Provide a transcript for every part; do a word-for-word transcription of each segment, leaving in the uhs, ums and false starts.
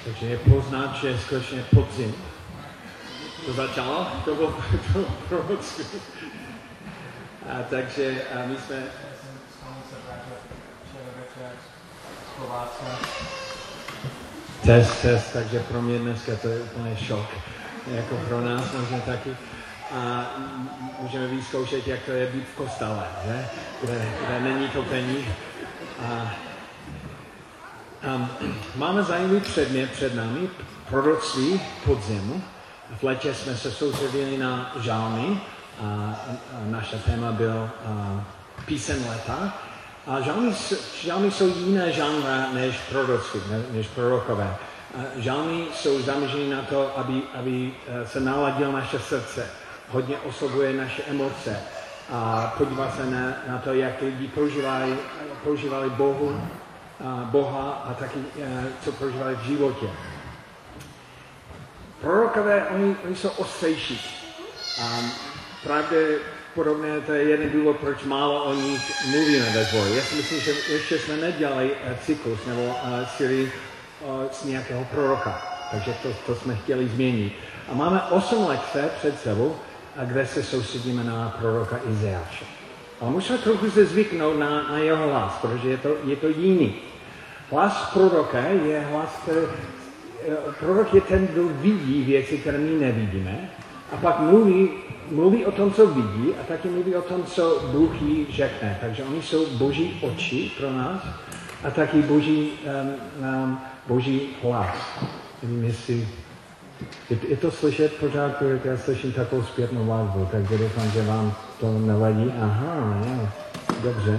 Takže je poznat, že je skutečně podzim. To začalo, to bylo to proroctví. A takže a my jsme... Test, test, takže pro mě dneska to je úplně šok. Jako pro nás možná taky. A můžeme vyzkoušet, jak to je být v kostele, že? Kde, kde není topení. A, a máme zajímavý předmět před námi, proroctví podzimu. V létě jsme se soustředili na žalmy a, a naše téma byl a, píseň léta. A žalmy, žalmy jsou jiné žánra než proroctví, ne, než prorokové. A žalmy jsou zaměřeny na to, aby, aby se naladilo naše srdce. Hodně osobuje naše emoce a podívá se na, na to, jak lidi prožívali, prožívali Bohu, a Boha a taky, co prožívali v životě. Prorokové, oni, oni jsou ostřejší. A pravděpodobně to je jeden důvod, proč málo o nich mluvíme ve sboru. Já si myslím, že ještě jsme nedělali cyklus nebo uh, sérii uh, z nějakého proroka. Takže to, to jsme chtěli změnit. A máme osm lekce před sebou, kde se soustředíme na proroka Izajáše. Ale musíme trochu se zvyknout na, na jeho hlas, protože je to, je to jiný. Hlas proroka je hlas, který... Prorok je ten, kdo vidí věci, které my nevidíme, a pak mluví, mluví o tom, co vidí, a taky mluví o tom, co Bůh jí řekne. Takže oni jsou boží oči pro nás a taky boží, um, um, boží hlas. Nevím, jestli... Je, je to slyšet pořád, jak já slyším takovou zpětnou vazbu, takže doufám, že vám to nevadí. Aha, jo, dobře.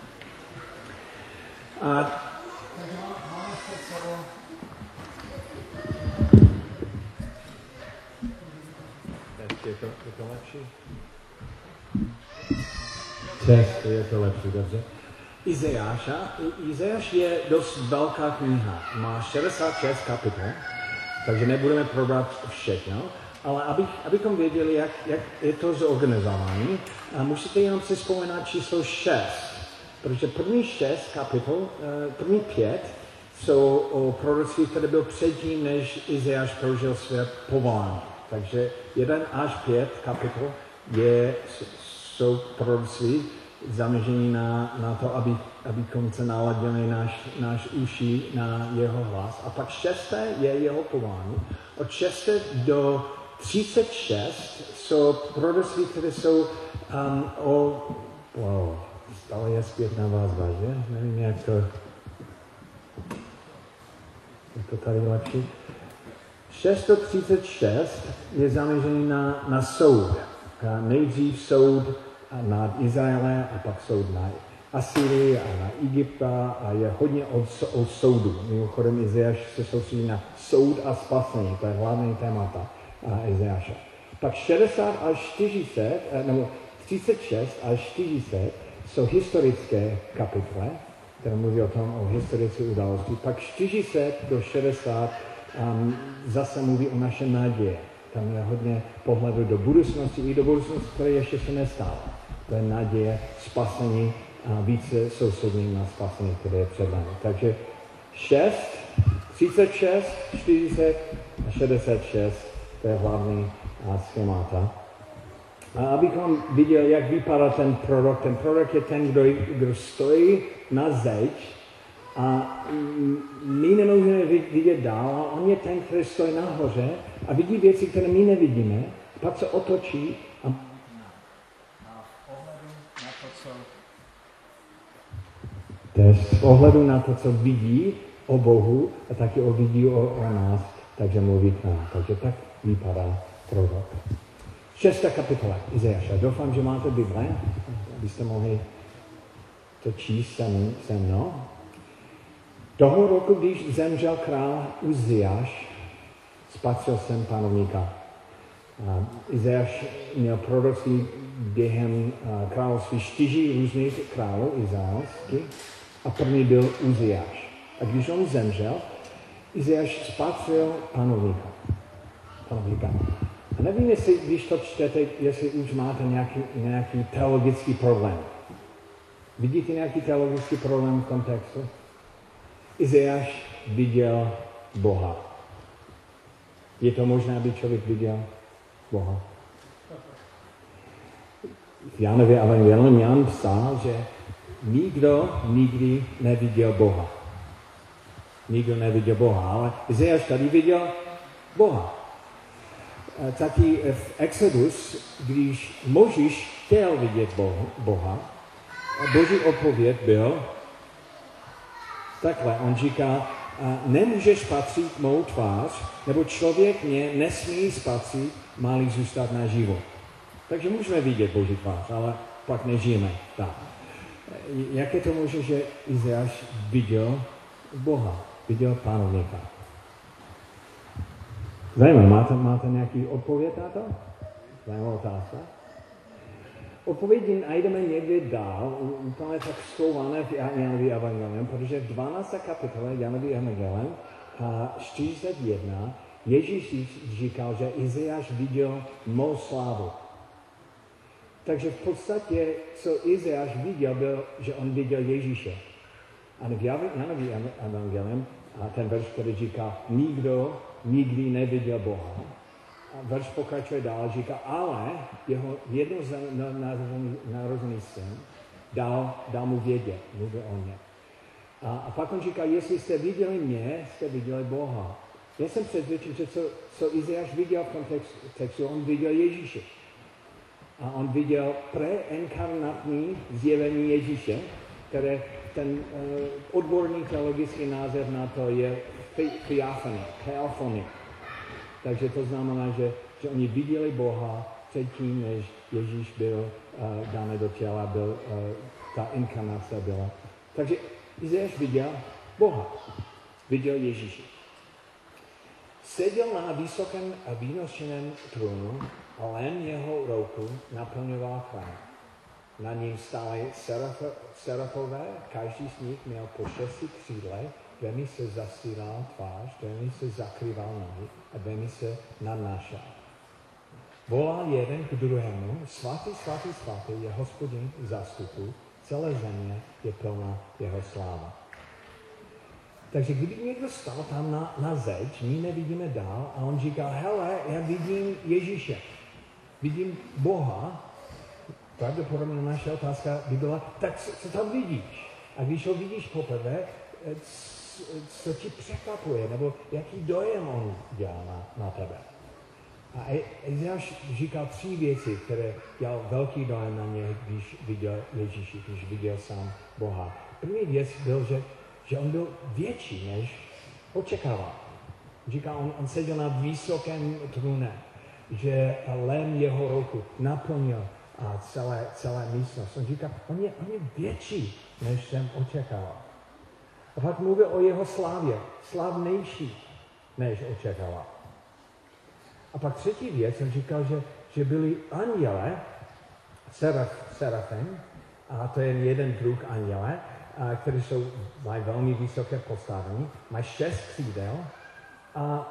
A je to, je to lepší? Test, je to lepší, dobře. Izajáš, Izajáš je dost velká kniha, má šedesát šest kapitol, takže nebudeme probrat všechno, ale abych, abychom věděli, jak, jak je to zorganizované, musíte jenom si vzpomenout číslo šest, protože první šest kapitol, první pět jsou o proroctví, které byl předtím, než Izajáš prožil své povolání. Takže jeden až pět kapitol je, jsou proroctví zaměření na, na to, aby, abychom se naladili náš, náš uši na jeho hlas. A pak šesté je jeho povolání. Od šesté do třicet šest jsou proroctví, které jsou um, o... Wow, stále je zpětná vazba, že? Nevím, jak to... Je to tady lepší? šest do třicet šest je zaměřený na, na soud. Nejdřív soud nad Izraelem a pak soud na Asyrii a na Egypta a je hodně od, od soudu. Mimochodem Izajáš se soustředí na soud a spasení, to je hlavní témata Izajáše. Pak šedesát až čtyři sta, nebo třicet šest až čtyři sta jsou historické kapitoly, které mluví o tom, o historické události. Pak čtyři sta do šedesát Um, zase mluví o naše naděje. Tam je hodně pohledu do budoucnosti i do budoucnosti, které ještě se nestalo. To je naděje, spasení a více soustředění na spasení, které je před námi. Takže šest, třicet šest, čtyřicet a šedesát šest, to je hlavní schémata. A abychom viděli, jak vypadá ten prorok, ten prorok je ten, kdo, kdo stojí na zeď, a my nemůžeme vidět dál, a on je ten, který stojí nahoře a vidí věci, které my nevidíme, pak se otočí a... V ohledu na to, co vidí o Bohu a taky o vidí o, o nás, takže mluví k nám. Takže tak vypadá prorok. Šestá kapitola Izajáša. Doufám, že máte Bible, abyste mohli to číst se mnou. Toho roku, když zemřel král Uziáš, spatřil jsem panovníka. Izajáš měl proroctví během království čtyři různých králů izraelských a první byl Uziáš. A když on zemřel, Izajáš spatřil panovníka. panovníka. A nevím, jestli, když to čtete, jestli už máte nějaký, nějaký teologický problém. Vidíte nějaký teologický problém v kontextu? Izajáš viděl Boha. Je to možné, aby člověk viděl Boha? V Janově evangelium Jan psal, že nikdo nikdy neviděl Boha. Nikdo neviděl Boha, ale Izajáš tady viděl Boha. Taky v Exodus, když Mojžíš chtěl vidět Boha, Boží odpověď byl takhle, on říká, nemůžeš patřit mou tvář, nebo člověk mě nesmí spatřit, má-li zůstat na život. Takže můžeme vidět Boží tvář, ale pak nežijeme tak. Jak je to možné, že Izajáš viděl Boha, viděl Pánovníka? Zajímavé, máte, máte nějaký odpověď na to? Zajímavá otázka. Odpovědi najdeme někde dál, úplně tak schované v Janově evangelium, protože v dvanácté kapitole Janově evangelium čtyřicet jedna Ježíš říkal, že Izajáš viděl mou slávu. Takže v podstatě, co Izajáš viděl, byl, že on viděl Ježíše. A v Janově evangelium ten verš, který říká, nikdo nikdy neviděl Boha. A verš pokračuje dál, říká, ale jeho jednonarozený syn dal, dal mu vědět, mluvil o ně. A, a pak on říká, jestli jste viděli mě, jste viděli Boha. Já jsem přesvědčen, že co, co Izajáš viděl v tom textu, on viděl Ježíše. A on viděl preinkarnátní zjevení Ježíše, které ten uh, odborný teologický název na to je theophany, theophany. Takže to znamená, že, že oni viděli Boha předtím, než Ježíš byl uh, dán do těla, byl, uh, ta inkarnace byla. Takže Izajáš viděl Boha, viděl Ježíše. Seděl na vysokém a vynošeném trůnu a len jeho ruku naplňoval chrám. Na ním stály serafové, každý z nich měl po šesti křídlech, dvěmi se zastíral tvář, dvěmi se zakrýval nohy a dvěmi se nadnášel. Volal jeden k druhému, svatý, svatý, svatý je Hospodin zástupů, celé země je plná jeho sláva. Takže kdyby někdo stal tam na, na zeď, my nevidíme dál a on říká, hele, já vidím Ježíše, vidím Boha, pravděpodobně naše otázka by byla, tak co, co tam vidíš? A když ho vidíš poprvé, co ti překvapuje, nebo jaký dojem on dělá na, na tebe? A Izajáš říkal tři věci, které dělal velký dojem na něj, když viděl Ježíši, když viděl sám Boha. První věc byl, že, že on byl větší, než očekával. Říká, on, on seděl na vysokém trůně, že len jeho ruku naplnil a celé, celé místnost. On říká, on je, on je větší, než jsem očekával. A pak mluvil o jeho slávě, slavnější, než očekával. A pak třetí věc, on říkal, že, že byli anděle, seraf, serafim, a to je jeden druh anděle, a, který jsou, mají velmi vysoké postavení, mají šest křídel a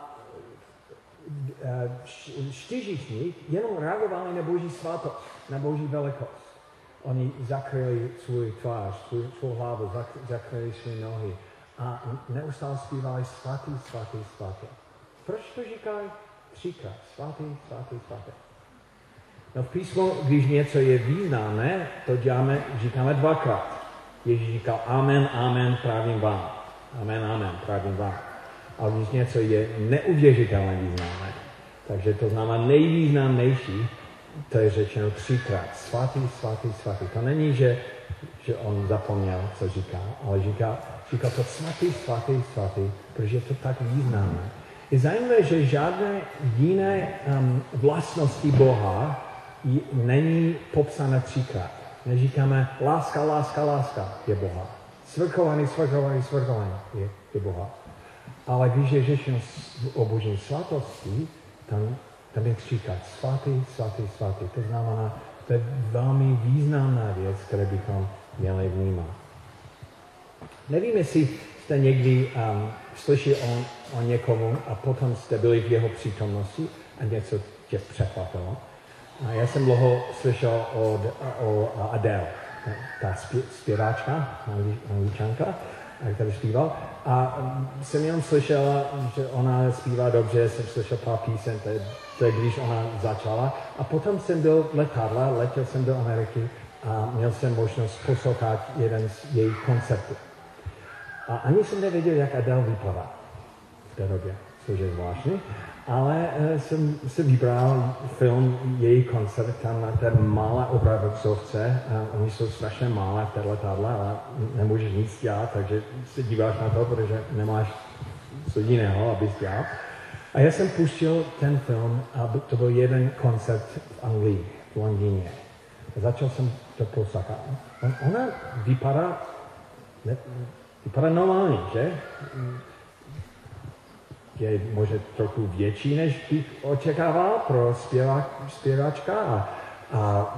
čtyři z nich jenom reagovali na Boží svatost, na Boží velikost. Oni zakryli svůj tvář, svou, svou hlavu, zakryli své nohy a neustále zpívali svatý, svatý, svatý. Proč to říkají? Třikrát. Svatý, svatý, svatý. No v písmu, když něco je významné, to děláme, říkáme dvakrát. Ježíš říkal amen, amen, pravím vám. Amen, amen, pravím vám. A když něco je neuvěřitelně významné, takže to znamená nejvýznamnější, to je řečeno třikrát. Svatý, svatý, svatý. To není, že, že on zapomněl, co říká, ale říká, říká to svatý, svatý, svatý, protože je to tak významné. Je zajímavé, že žádné jiné um, vlastnosti Boha j- není popsána třikrát. Neříkáme láska, láska, láska je Boha. Svrchovaný, svrchovaný, svrchovaný je, je Boha. Ale když je řečeno o Boží svatosti, tam, tam je třikrát svatý, svatý, svatý. To znamená, to je velmi významná věc, kterou bychom měli vnímat. Nevím, jestli jste někdy um, slyšeli o, o někomu a potom jste byli v jeho přítomnosti a něco tě překvapilo. A já jsem dlouho slyšel od, o Adele, ta zpěváčka, Angličanka, který zpíval. A jsem jenom slyšel, že ona zpívá dobře, jsem slyšel pár písen, to je, to je když ona začala. A potom jsem byl v letadle, letěl jsem do Ameriky a měl jsem možnost poslouchat jeden z jejich koncertů. A ani jsem nevěděl, jak Adele vypadá v té době, což je zvláštní. Ale uh, jsem si vybral film, její koncert, tam na té malé obrazovce. Uh, oni jsou strašně malé v té letadle, ale nemůžeš nic dělat, takže se díváš na to, protože nemáš co jiného, abys dělal. A já jsem pustil ten film a to byl jeden koncert v Anglii, v Londýně. A začal jsem to poslouchat. On, ona vypadá, ne, vypadá normálně, že? Je možná trochu větší, než bych očekával pro zpěvák, zpěvačka a, a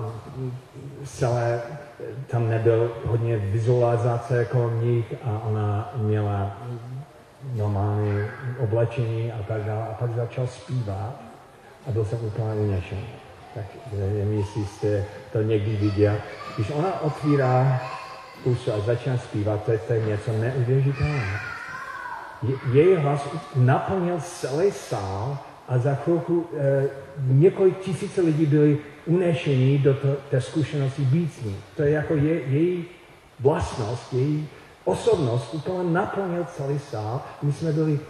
celé tam nebyl hodně vizualizace kolem nich a ona měla normální oblečení a tak dále. A pak začal zpívat a byl jsem úplně uněšený. Tak nevím, jestli jste to někdy viděl. Když ona otvírá pusu a začíná zpívat, to je, to je něco neuvěřitelného. Její hlas naplnil celý sál a za chvilku eh, několik tisíc lidí byli unešení do to, té zkušenosti být s ní. To je jako je, její vlastnost, její osobnost úplně naplnil celý sál. My jsme byli,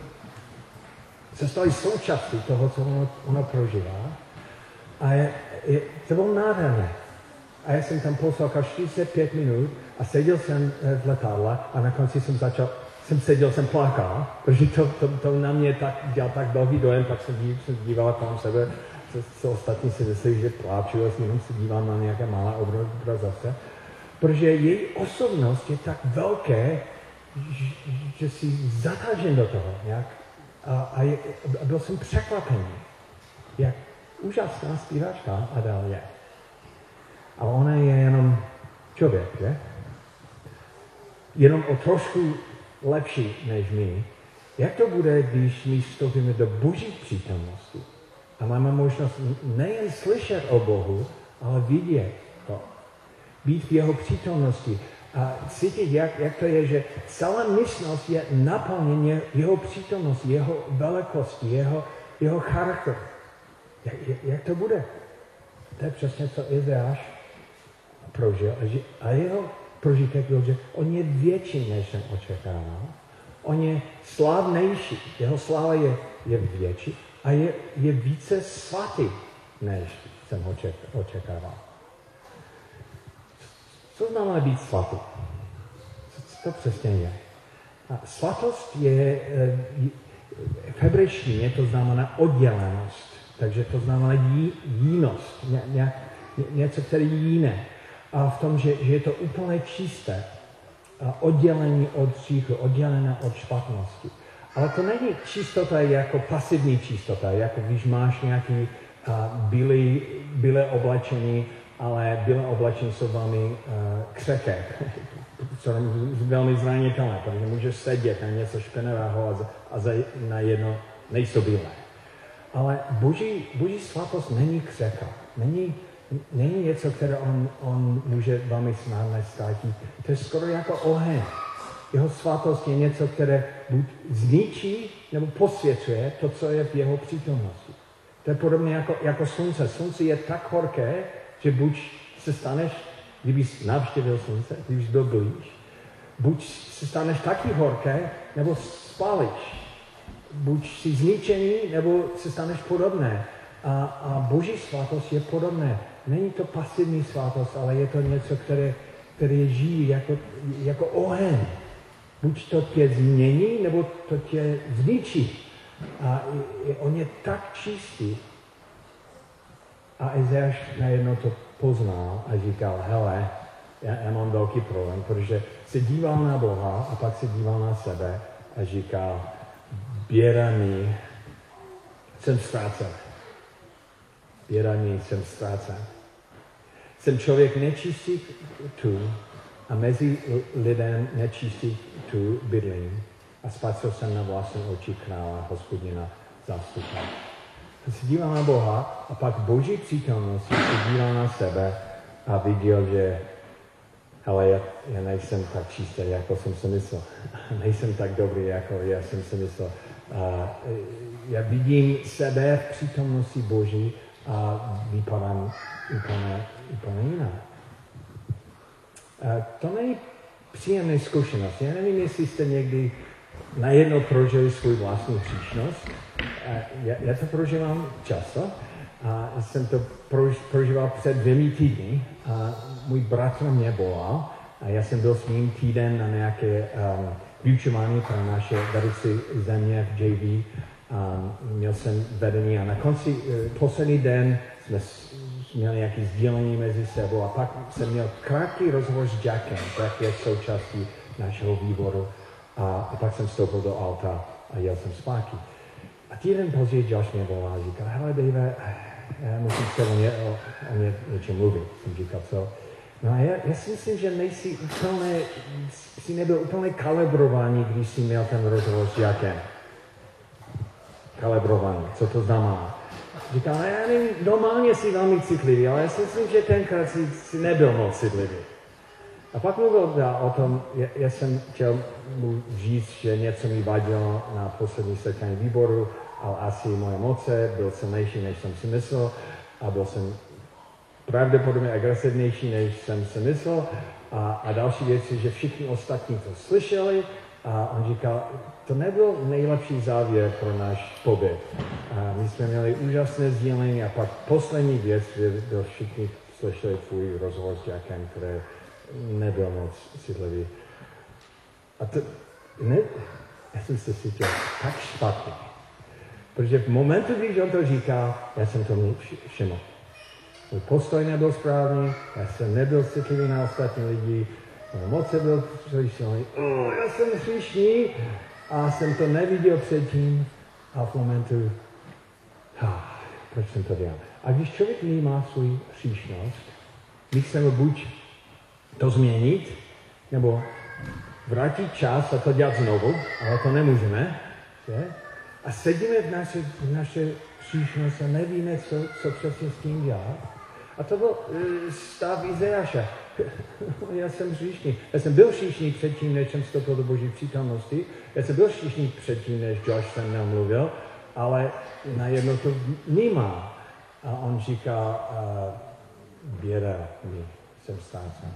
se stali součástí toho, co ona, ona prožívá. A je, je, to bylo nádherné. A já jsem tam poslouchal čtyřicet pět minut a seděl jsem v letadle a na konci jsem začal jsem seděl, jsem plakal, protože to, to, to na mě tak, dělal tak velký dojem, tak jsem, dív, jsem díval kolem sebe, co, co ostatní si myslí, že pláču, a jenom se dívám na nějaké malé obrazovce, protože její osobnost je tak velké, že, že si zatážen do toho nějak. A, a, je, a byl jsem překvapený, jak úžasná zpívačka Adele je. A ona je jenom člověk, že? Jenom o trošku lepší než my. Jak to bude, když my vstoupíme do Boží přítomnosti a máme možnost nejen slyšet o Bohu, ale vidět to. Být v jeho přítomnosti a cítit, jak, jak to je, že celá místnost je naplněna jeho přítomností, jeho velikosti, jeho, jeho charakter. Jak, jak to bude? To je přesně, co Izajáš prožil. A jeho prožitek byl, že on je větší, než jsem očekával. On je slávnější. Jeho sláva je, je větší a je, je více svatý, než jsem očekával. Co znamená být svatý? Co to přesně je? A svatost je v hebrejštině, to znamená oddělenost. Takže to znamená jí, jínost. Ně, ně, něco, které je jiné. A v tom, že, že je to úplně čisté, oddělení od hříchu, oddělené od špatnosti. Ale to není čistota jako pasivní čistota, jako když máš nějaký bílé, bílé oblečení, ale bílé oblečení jsou velmi uh, křehké, jsou velmi zranitelné, protože můžeš sedět na něco špinavého a, za, a za, na jedno nejsou bílé. Ale boží, boží svatost není křehká, není Není něco, které on, on může velmi snadno ztratit. To je skoro jako oheň. Jeho svatost je něco, které buď zničí, nebo posvěcuje to, co je v jeho přítomnosti. To je podobně jako, jako slunce. Slunce je tak horké, že buď se staneš, kdybys navštívil slunce, kdybys byl blíž, buď se staneš taky horké, nebo spálíš. Buď jsi zničený, nebo se staneš podobné. A, a boží svatost je podobné. Není to pasivní svatost, ale je to něco, které, které žijí jako, jako oheň. Buď to tě změní, nebo to tě zničí. A on je tak čistý. A Izajáš najednou to poznal a říkal, hele, já, já mám velký problém, protože se díval na Boha a pak se díval na sebe a říkal, běda mi, jsem ztrácen. Běda mi, jsem ztrácen. Jsem člověk nečistý tu a mezi lidem nečistý tu bydlím. A spatřil jsem na vlastní oči krála, Hospodina zástupce. Se díval na Boha a pak Boží přítomnosti se díval na sebe a viděl, že ale já, já nejsem tak čistý, jako jsem si myslel. Nejsem tak dobrý, jako já jsem si myslel. Uh, já vidím sebe v přítomnosti Boží a vypadám úplně, úplně jinak. Uh, to není příjemná zkušenost. Já nevím, jestli jste někdy najednou prožili svou vlastní příšnost. Uh, já, já to prožívám často. A jsem to prož, prožíval před dvěmi týdny. A můj bratr mě volal a já jsem byl s ním týden na nějaké um, vyučování pro naše vedoucí země v J V. Um, měl jsem vedení a na konci, uh, poslední den jsme měli nějaké sdílení mezi sebou a pak jsem měl krátký rozhovor s Jackem, Jack je součástí našeho výboru. A, a pak jsem vstoupil do auta a jel jsem zpátky. A týden později Josh mě volal a říkal, hele Dave, já musím se o, ně, o, o ně, něčem mluvit. Jsem říkal, co? No a já, já si myslím, že nejsi úplně, jsi nebyl úplně kalibrovaný, když jsi měl ten rozhovor s Jakem. Kalibrovaný, co to znamená? Říkal, já nevím, normálně jsi velmi citlivý, ale já si myslím, že tenkrát jsi, jsi nebyl moc citlivý. A pak mluvil o tom, já, já jsem chtěl mu říct, že něco mi vadilo na poslední setkání výboru, ale asi moje moce byl silnější, než jsem si myslel a byl jsem pravděpodobně agresivnější, než jsem si myslel. A, a další věc je, že všichni ostatní to slyšeli a on říkal, to nebyl nejlepší závěr pro náš pobyt. A my jsme měli úžasné sdílení a pak poslední věc, že byl všichni slyšeli tvůj rozhovor s Jackem, který nebyl moc citlivý. A to, ne, já jsem se cítil tak špatně. Protože v momentu, když on to říká, já jsem to všiml. Můj postoj nebyl správný, já jsem nebyl citlivý na ostatní lidi, můj moce byl slyšený, oh, já jsem hříšný a jsem to neviděl předtím a v momentu, ah, proč jsem to dělal. A když člověk nemá svou hříšnost, my chceme buď to změnit, nebo vrátit čas a to dělat znovu, ale to nemůžeme. Je? A sedíme v naše, v naše příšnost a nevíme, co, co přesně s tím dělat. A to byl uh, stav Izajáše. Já jsem hříšný. Já jsem byl hříšný předtím, než jsem vstoupil do Boží přítomnosti. Já jsem byl hříšný předtím, než Josh se mnou mluvil, ale najednou to vnímá. A on říká, uh, běda mi, jsem ztrácen.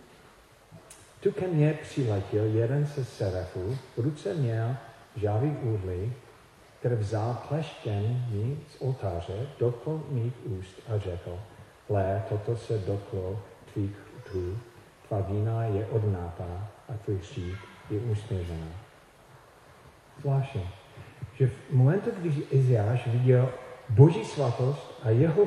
Tu ke mně přiletěl jeden ze serafů, v ruce měl žhavý údlí, který vzal pleštěn mi z oltáře, dotkl mých úst a řekl, hle, toto se dotklo tvých útů, tvá vína je odnátá a tvůj hřích je usměřená. Zvláštně, že v momentu, když Izajáš viděl Boží svatost a jeho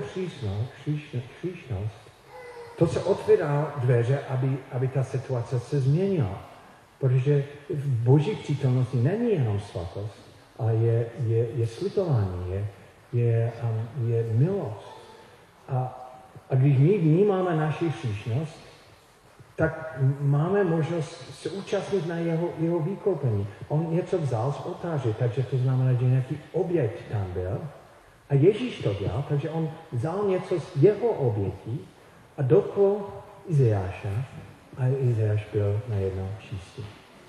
hříšnost, to se otvírá dveře, aby, aby ta situace se změnila. Protože v Boží přítomnosti není jenom svatost, ale je, je, je slitování, je, je, um, je milost. A, a když my vnímáme naši hříšnost, tak máme možnost se účastnit na jeho, jeho vykoupení. On něco vzal z oltáře, takže to znamená, že nějaký oběť tam byl. A Ježíš to dělal, takže on vzal něco z jeho obětí a dotkl Izajáše a Izajáš byl najednou čistý.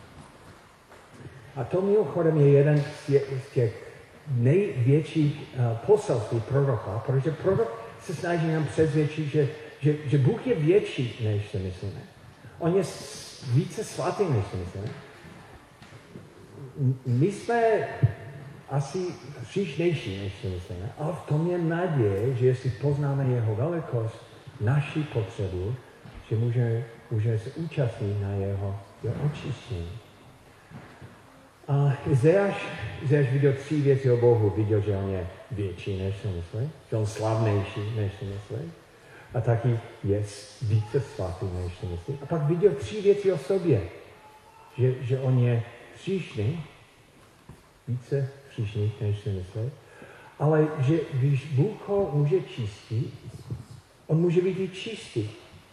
A to mimochodem je jeden z těch největších uh, poselství proroka, protože prorok se snaží nám přesvědčit, že, že, že Bůh je větší, než si myslíme. On je více svatý, než si myslíme. My jsme asi hříšnější, než si myslíme, ale v tom je naděje, že jestli poznáme jeho velikost, naši potřebu, že můžeme, můžeme se účastnit na jeho, jeho očištění. A Izajáš, Izajáš viděl tři věci o Bohu. Viděl, že on je větší, než si myslí, že on slavnější, než si myslí, a taky je více svatý, než si myslí. A pak viděl tři věci o sobě. Že, že on je hříšný, více hříšný, než si myslí, ale že když Bůh ho může čistit, on může být i čistý.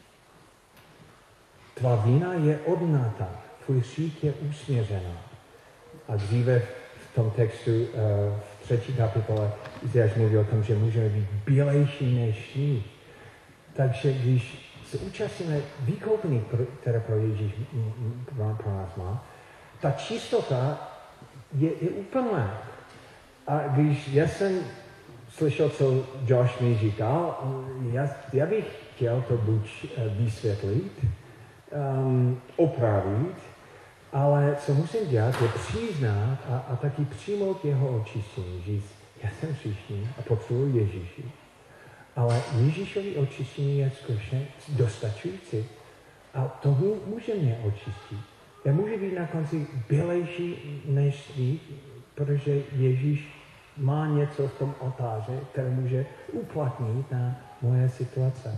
Tvá vína je odnátá, tvůj hřích je usměřená. A dříve v tom textu, uh, v třetí kapitole, Izajáš mluví o tom, že můžeme být bílejší než sníh. Takže když se účastníme vykoupení, které pro Ježíš pro nás má, ta čistota je, je úplná. A když já jsem slyšel, co Josh mi říkal, já, já bych chtěl to buď vysvětlit, um, opravit, ale co musím dělat, je přiznat a, a taky přijmout jeho očištění. Říct, já jsem hříšný a potřebuji Ježíši. Ale Ježíšovi očištění je skutečně dostačující. A to může mě očistit. Já můžu být na konci bělejší než svý, protože Ježíš má něco v tom oltáře, které může uplatnit na moje situace.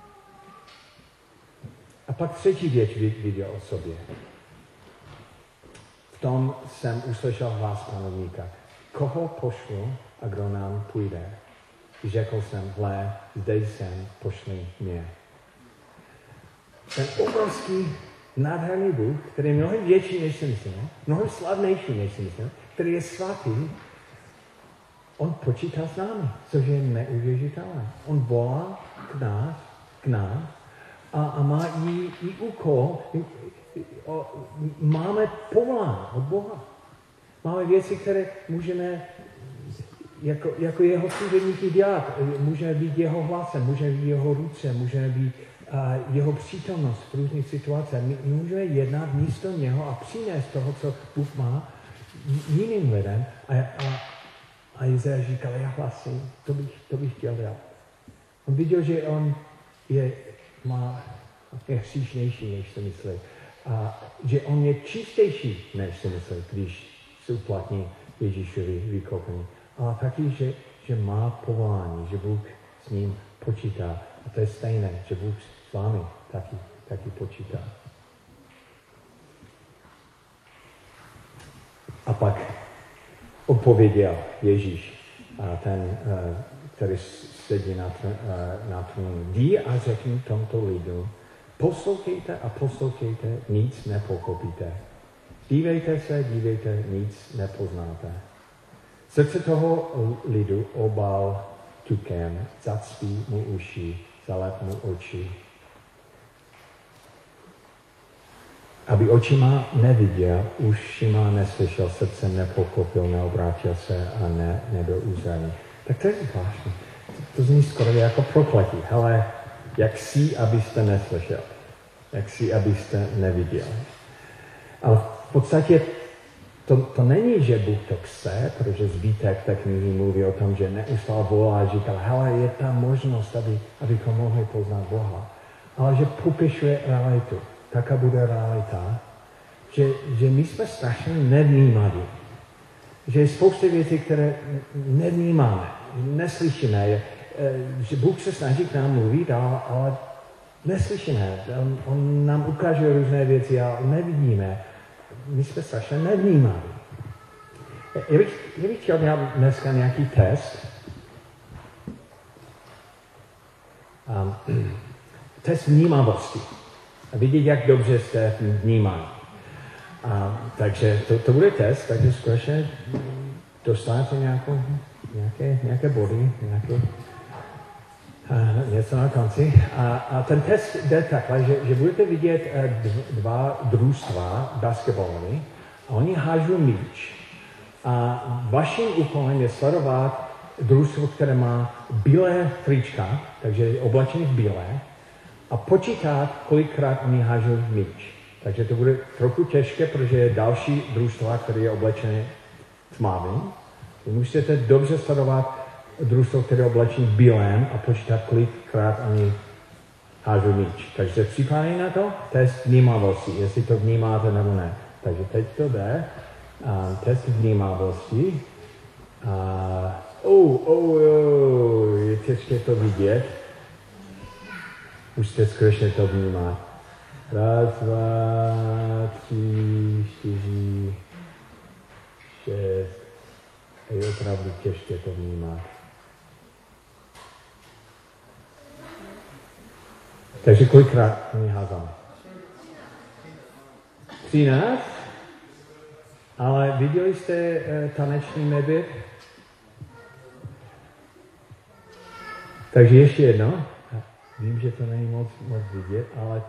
A pak třetí věc viděl o sobě. V tom jsem uslyšel hlas panovníka. Koho pošlu a kdo nám půjde? Řekl jsem, hle, zde jsem, pošli mě. Ten obrovský, nádherný Bůh, který je mnohem větší, než jsem myslel, mnohem slavnější, než jsem myslel, který je svatý, on počítá s námi, což je neuvěřitelné. On volá k nás, k nám a, a má i, i úkol, i, i, o, máme povolání od Boha. Máme věci, které můžeme jako, jako jeho služebníky dělat. Můžeme být jeho hlasem, můžeme být jeho ruce, můžeme být uh, jeho přítomnost v různých situacích. My, my můžeme jednat místo něho a přinést toho, co Bůh má, jiným lidem. A, a, a Izajáš říkal, já hlasím, to bych, to bych chtěl dělat. On viděl, že on je, má, je hříšnější, než si myslel. A že on je čistější, než si myslel, když se uplatní Ježíšovi vykoupení. Ale taky, že, že má povolání, že Bůh s ním počítá. A to je stejné, že Bůh s vámi taky, taky počítá. A pak odpověděl Ježíš, a ten, který sedí na, na trůnu. Jdi a řekni tomto lidu, poslouchejte a poslouchejte, nic nepochopíte. Dívejte se, dívejte, nic nepoznáte. Srdce toho lidu obal tukem, zacpí mu uši, zalep mu oči. Aby očima neviděl, ušima neslyšel, srdcem nepochopil, neobrátil se a ne, nebyl uzraný. Tak to je zvláštní. To, to zní skoro jako prokletí. Hele, jak si, abyste neslyšel. Jak si, abyste neviděl. Ale v podstatě to, to není, že Bůh to chce, protože zbytek té knihy mluví o tom, že neustále volá a říkal, hele, je tam možnost, aby, abychom mohli poznat Boha. Ale že popišuje realitu. Taká bude realita, že, že my jsme strašně nevnímaví. Že je spousta věcí, které nevnímáme, neslyšíme. Že Bůh se snaží k nám mluvit, ale, ale neslyšíme. On, on nám ukáže různé věci, ale nevidíme. My jsme strašně nevnímaví. Já bych, já bych chtěl dělat dneska nějaký test. Um, test vnímavosti. A vidět, jak dobře jste vnímaní. A, takže to, to bude test, takže skutečně dostanete nějakou, nějaké, nějaké body, nějaké, a, něco na konci. A, a ten test jde takhle, že, že budete vidět dva družstva basketbalové a oni hážou míč. A vaším úkolem je sledovat družstvo, které má bílé trička, takže je oblečený v bílé, a počítat, kolikrát oni hážou míč. Takže to bude trochu těžké, protože je další družstva, které je oblečené tmavým. Musíte dobře sledovat družstvo, které je oblečené v bílém a počítat, kolikrát oni hážou míč. Takže se připraví na to? Test vnímavosti, jestli to vnímáte nebo ne. Takže teď to jde. A test vnímavosti. A oh, oh, oh, je těžké to vidět. Už jste skutečně to vnímat. Raz, dva, tři, čtyři, šest. Je opravdu těžké to vnímat. Takže kolikrát mi házáme? Třináct? Ale viděli jste uh, taneční medvěd? Takže ještě jedno. vím, že to není moc, moc vidět, ale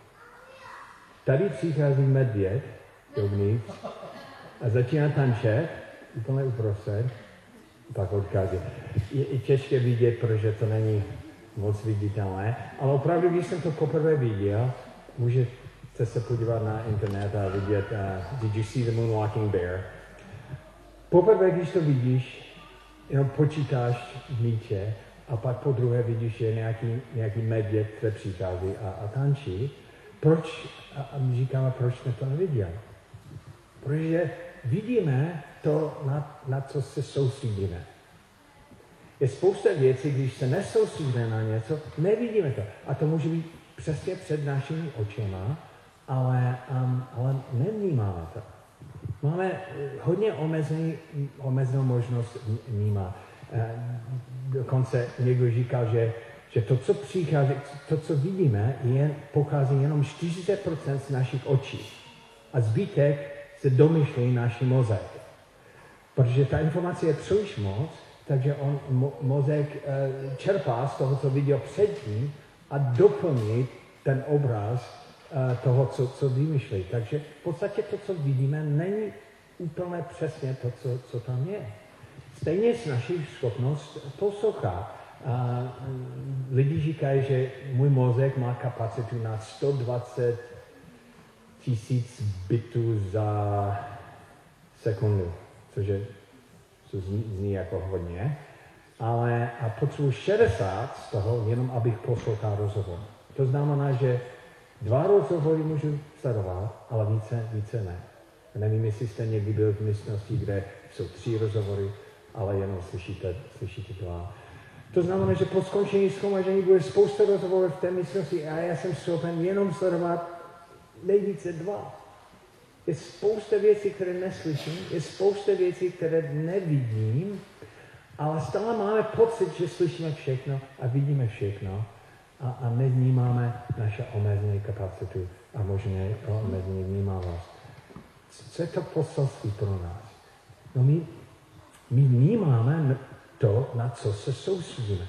tady přichází medvěd dovnitř a začíná tančet, úplně uprostřed, pak odchází. Je, je těžké vidět, protože to není moc viditelné, ale opravdu, když jsem to poprvé viděl, můžete se podívat na internet a vidět uh, Did you see the moonwalking bear? Poprvé, když to vidíš, jenom počítáš v míče a pak po druhé vidíš, že je nějaký, nějaký medvěd, který přichází a, a tančí. Proč? A, a my říkáme, proč jsme to neviděli? Protože vidíme to, na, na co se soustředíme. Je spousta věcí, když se nesoustředíme na něco, nevidíme to. A to může být přesně před našimi očima, ale, um, ale nevnímáme to. Máme hodně omezený, omezenou možnost vnímat. Dokonce někdo říkal, že, že to, co přichází, to, co vidíme, je, pochází jenom čtyřicet procent z našich očí. A zbytek se domyšlí naší mozek. Protože ta informace je příliš moc, takže on mo, mozek uh, čerpá z toho, co viděl předtím a doplní ten obraz uh, toho, co, co vymýšlí. Takže v podstatě to, co vidíme, není úplně přesně to, co, co tam je. Stejně s naší schopnost poslouchat. Uh, lidi říkají, že můj mozek má kapacitu na sto dvacet tisíc bitů za sekundu, což je to zní, zní jako hodně, ale a potřebuji šedesát z toho, jenom abych poslouchal rozhovor. To znamená, že dva rozhovory můžu sledovat, ale více, více ne. Nevím, jestli jste někdy byl v místnosti, kde jsou tři rozhovory, ale jenom slyšíte, slyšíte dva. To znamená, že po skončení shromaždění bude spousta rozhovorů v té místnosti a já jsem schopen jenom sledovat nejvíce dva. Je spousta věcí, které neslyším, je spousta věcí, které nevidím, ale stále máme pocit, že slyšíme všechno a vidíme všechno a, a nevnímáme naše omezené kapacitu a možná omezené vnímavost. Co je to poselství pro nás? No my, my vnímáme to, na co se soustředíme.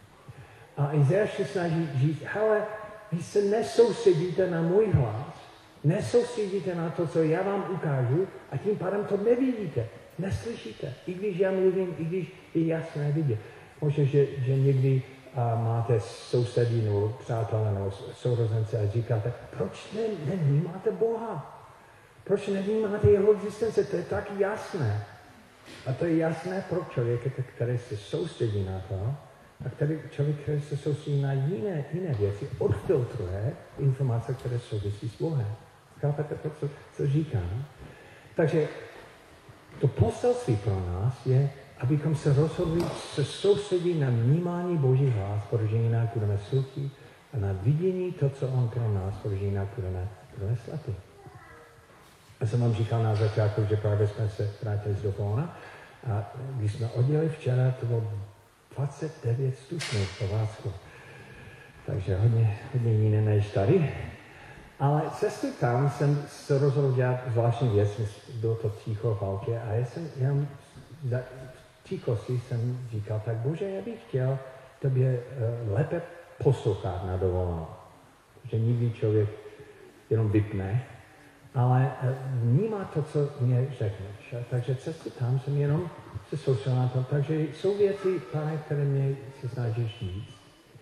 A Izajáš se snaží říct, hele, vy se nesoustředíte na můj hlas, nesoustředíte na to, co já vám ukážu a tím pádem to nevidíte, neslyšíte. I když já mluvím, i když je jasné vidět. Možná, že, že někdy a, máte sousedí nebo přátelé nebo sourozence a říkáte, proč ne, nevnímáte Boha? Proč nevnímáte jeho existence? To je tak jasné. A to je jasné pro člověka, který se soustředí na to, a který člověk, který se soustředí na jiné, jiné věci, odfiltruje informace, které souvisí s Bohem. Chápete to, co, co říkám? Takže to poselství pro nás je, abychom se rozhodli se soustředit na vnímání Boží hlas, protože jinak budeme suchí, a na vidění to, co on pro nás, protože jinak budeme, budeme slepí. Já jsem vám říkal na začátku, že právě jsme se vrátili z dovolené a když jsme odjeli včera, to bylo dvacet devět stupňů v Slovácku. Takže hodně, hodně jiné než tady. Ale cestu tam jsem se rozhodl dělat zvláštní věc, bylo to ticho v autě a já jsem jenom v tichosti jsem říkal, tak Bože, já bych chtěl tobě uh, lépe poslouchat na dovolenou. Protože nikdy člověk jenom vypne, ale uh, vnímá to, co mě řekneš. A takže cestu tam jsem jenom se soustředil na to. Takže jsou věci, Pane, které mě se snažíš říct.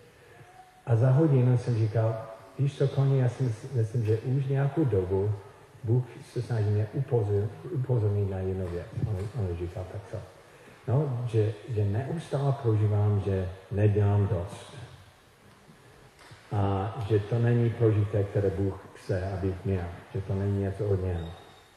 A za hodinu jsem říkal, víš co, Koně, já si myslím, že už nějakou dobu Bůh se snaží mě upozornit, upozornit na jednu věc. On, on říkal tak co? No, že, že neustále prožívám, že nedělám dost. A že to není prožitek, které Bůh chce, abych měl. Že to není něco od něho.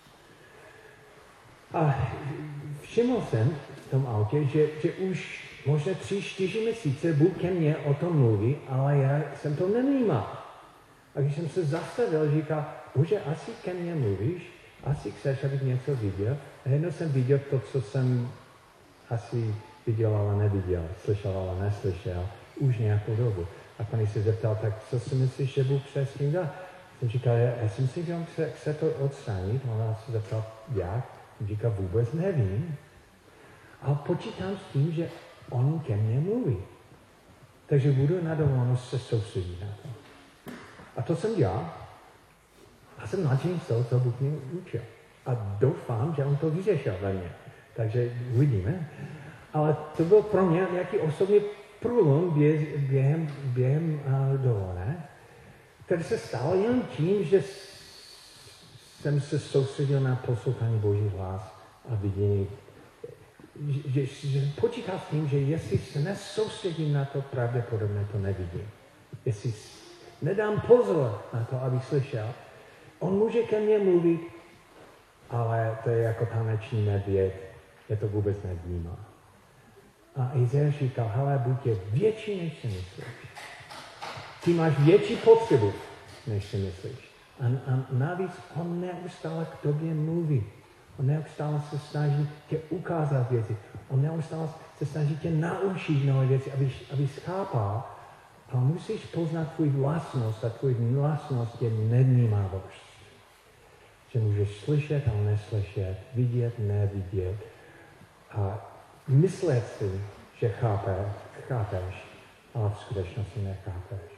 A všiml jsem v tom autě, že, že už možná tři, čtyři měsíce Bůh ke mně o tom mluví, ale já jsem to nevnímal. A když jsem se zastavil, říkal, Bože, asi ke mně mluvíš, asi chceš, abych něco viděl. A jednou jsem viděl to, co jsem asi viděl, ale neviděl, slyšel, ale neslyšel, už nějakou dobu. A pan se zeptal, tak co si myslíš, že Bůh chce s tím dát? Jsem říkal, já, já si myslím, že on chce, chce to odstranit. On se zeptal, jak? Jsem říkal, vůbec nevím. A počítám s tím, že on ke mně mluví. takže budu na dovolenost se soustředit na to. A to jsem dělal. A jsem nadšený z toho, co Bůh mě učil. A doufám, že on to vyřešil ve mně. Takže uvidíme. Ale to byl pro mě nějaký osobní průlom během, během uh, dovolené, který se stal jen tím, že jsem se soustředil na poslouchání Boží hlas a vidění. Že, že, že počítal s tím, že jestli se nesoustředím na to, pravděpodobně to nevidím. Jestli nedám pozor na to, abych slyšel, on může ke mně mluvit, ale to je jako taneční medvěd, je to vůbec nevnímá. A Izajáš říkal, hele, buď je větší, než si myslíš. Ty máš větší potřebu, než si myslíš. A, a navíc on neustále k tobě mluví. On neustále se snaží tě ukázat věci. On neustále se snaží tě naučit nové věci, abys, abys chápal. A musíš poznat tvůj vlastnost a tvůj vlastnost je nevnímavost. Že můžeš slyšet, ale neslyšet, vidět, nevidět. A myslet si, že chápe, chápeš, ale v skutečnosti nechápeš.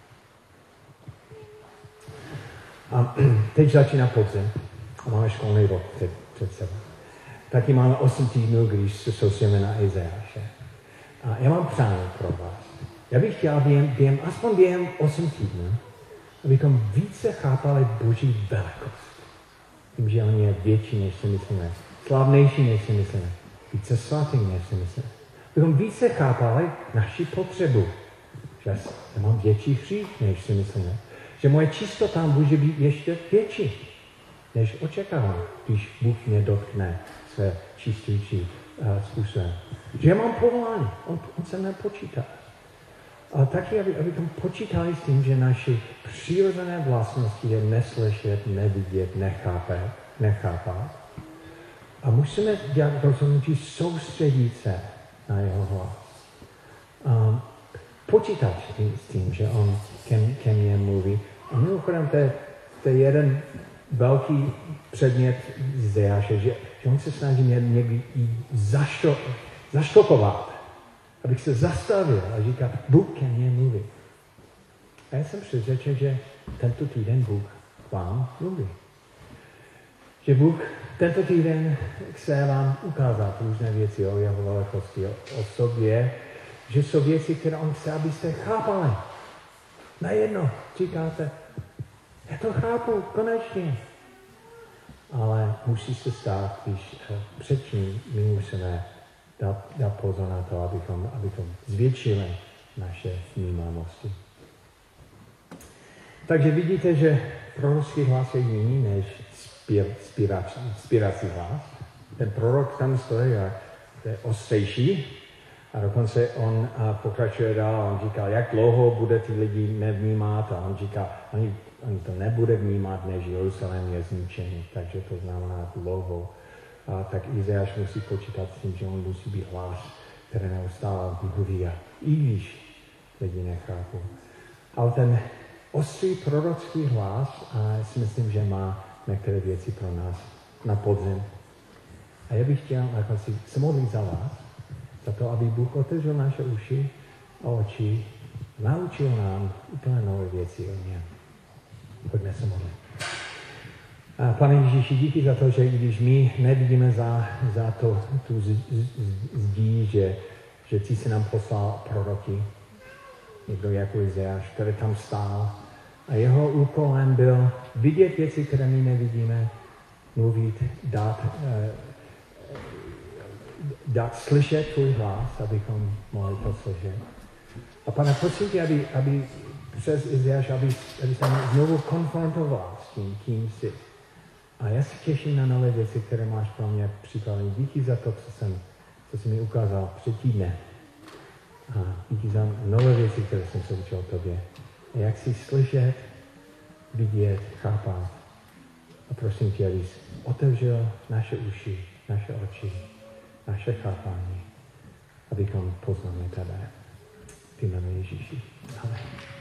A teď začíná podzim. A máme školní rok před, před sebou. Taky máme osm týdnů, když se soustředíme na Izajáše. A já mám přání pro vás. Já bych chtěl během, během, aspoň během osm týdnů, abychom více chápali Boží velikost. Tím, že on je větší, než si myslíme. Slavnější, než si myslíme. Více svatý, než si myslíme. Abychom více chápali naši potřebu. Že já mám větší hřích, než si myslíme. Že moje čistota může být ještě větší, než očekávám, když Bůh mě dotkne své čistější uh, způsobem. Že já mám povolání, on, on se nepočítá. Ale taky, aby, abychom počítali s tím, že naše přirozené vlastnosti je neslyšet, nevidět, nechápet, nechápat. A musíme dělat rozhodnutí soustředit se na jeho hlas. Um, počítat s tím, že on ke, ke mně mluví. A mimochodem, to je, to je jeden velký předmět Izajáše, že, že on se snaží mě někdy zašto, zaštokovat, abych se zastavil a říkal, Bůh ke mně mluví. A já jsem přesvědčen, že tento týden Bůh k vám mluví. Že Bůh tento týden chce vám ukázat různé věci o jeho velikosti, o, o sobě, že jsou věci, které on chce, abyste chápali. Najednou říkáte, já to chápu, konečně. Ale musí se stát, když předtím my musíme dát, dát pozor na to, abychom, abychom zvětšili naše vnímavosti. Takže vidíte, že prorocký hlas je jiný než spírací hlas. Ten prorok tam stojí a je ostřejší. A dokonce on a pokračuje dál, on říká, jak dlouho bude ty lidi nevnímat, a on říká, oni, oni to nebude vnímat, než Jeruzalém je zničený, takže to znamená dlouho. A tak Izajáš musí počítat s tím, že on musí být hlas, který neustále mluví, i když lidi nechápou. Ale ten ostrý prorocký hlas, a si myslím, že má některé věci pro nás na podzim. A já bych chtěl jako si se modlit za vás, za to, aby Bůh otevřel naše uši a oči, naučil nám úplně nové věci o něm. Pojďme se modlit. A Pane Ježíši, díky za to, že i když my nevidíme za, za to, tu zdí, že, že ty jsi nám poslal proroky, někdo jako Izajáš, který tam stál. A jeho úkolem byl vidět věci, které my nevidíme, mluvit, dát, eh, dát slyšet tvůj hlas, abychom mohli to slyšet. A Pane, prosím tě, aby, aby přes Izajáš, aby, aby se znovu konfrontoval s tím, kým jsi. A já se těším na nové věci, které máš pro mě připravené. Díky za to, co, jsem, co jsi mi ukázal před týdnem. A díky za nové věci, které jsem se učil tobě. A jak si slyšet, vidět, chápat. A prosím tě, abys otevřel naše uši, naše oči, naše chápání, abychom poznali tebe. Ty jméno Ježíši. Amen.